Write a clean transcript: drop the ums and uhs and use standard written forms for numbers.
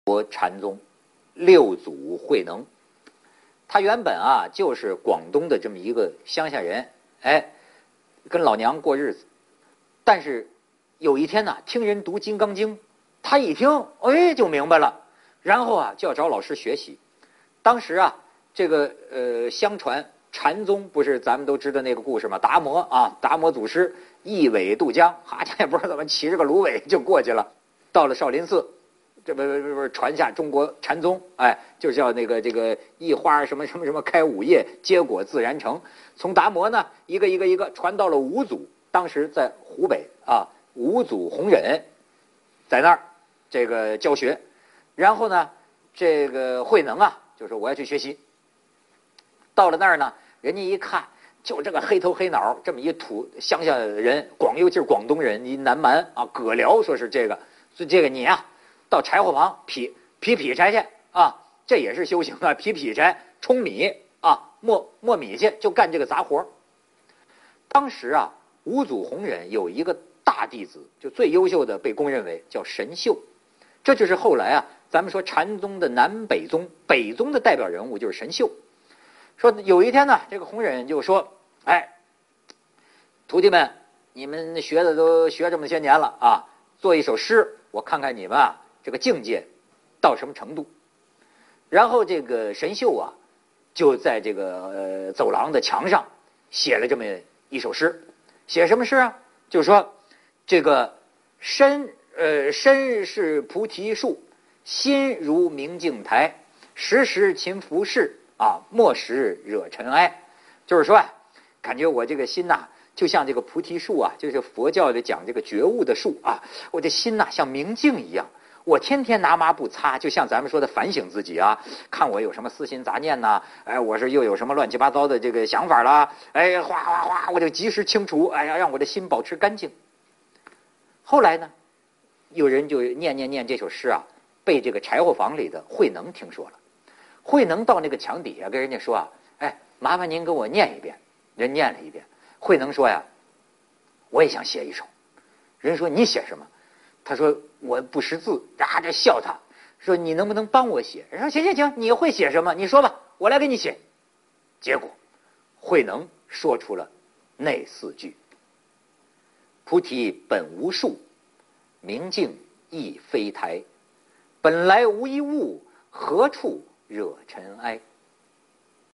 国禅宗六祖慧能。他原本啊就是广东的这么一个乡下人，跟老娘过日子。但是有一天呢，听人读《金刚经》，他一听，就明白了，然后啊就要找老师学习。当时啊，这个相传禅宗不是咱们都知道那个故事吗？达摩祖师一苇渡江，他也不知道怎么骑着个芦苇就过去了，到了少林寺。这不传下中国禅宗，就叫那个这个一花什么开五叶，结果自然成。从达摩呢一个传到了五祖，当时在湖北啊，五祖弘忍在那儿这个教学，然后呢这个慧能啊就说我要去学习。到了那儿呢，人家一看就这个黑头黑脑这么一土乡下人，尤其是广东人，一南蛮啊，葛辽说是这个，所以这个你啊到柴火旁劈柴去啊，这也是修行啊，劈柴、舂米啊、磨米去，就干这个杂活。当时啊，五祖弘忍有一个大弟子，就最优秀的，被公认为叫神秀。这就是后来啊，咱们说禅宗的南北宗，北宗的代表人物就是神秀。说有一天呢，这个弘忍就说：“徒弟们，你们都学这么些年了啊，做一首诗，我看看你们啊这个境界到什么程度。”然后这个神秀啊，就在这个走廊的墙上写了这么一首诗。写什么诗啊？就是说这个身是菩提树，心如明镜台，时时勤拂拭啊，莫使惹尘埃。就是说感觉我这个心呐，就像这个菩提树啊，就是佛教里讲这个觉悟的树啊，我这心呐像明镜一样，我天天拿抹布擦，就像咱们说的反省自己啊，看我有什么私心杂念呐，我是又有什么乱七八糟的这个想法啦，哗哗哗，我就及时清除，让我的心保持干净。后来呢，有人就念这首诗啊，被这个柴火坊里的慧能听说了。慧能到那个墙底下跟人家说啊，麻烦您给我念一遍。人念了一遍，慧能说呀，我也想写一首。人说你写什么？他说我不识字，这笑他，说你能不能帮我写？人说行，你会写什么？你说吧，我来给你写。结果慧能说出了那4句：菩提本无树，明镜亦非台，本来无一物，何处惹尘埃。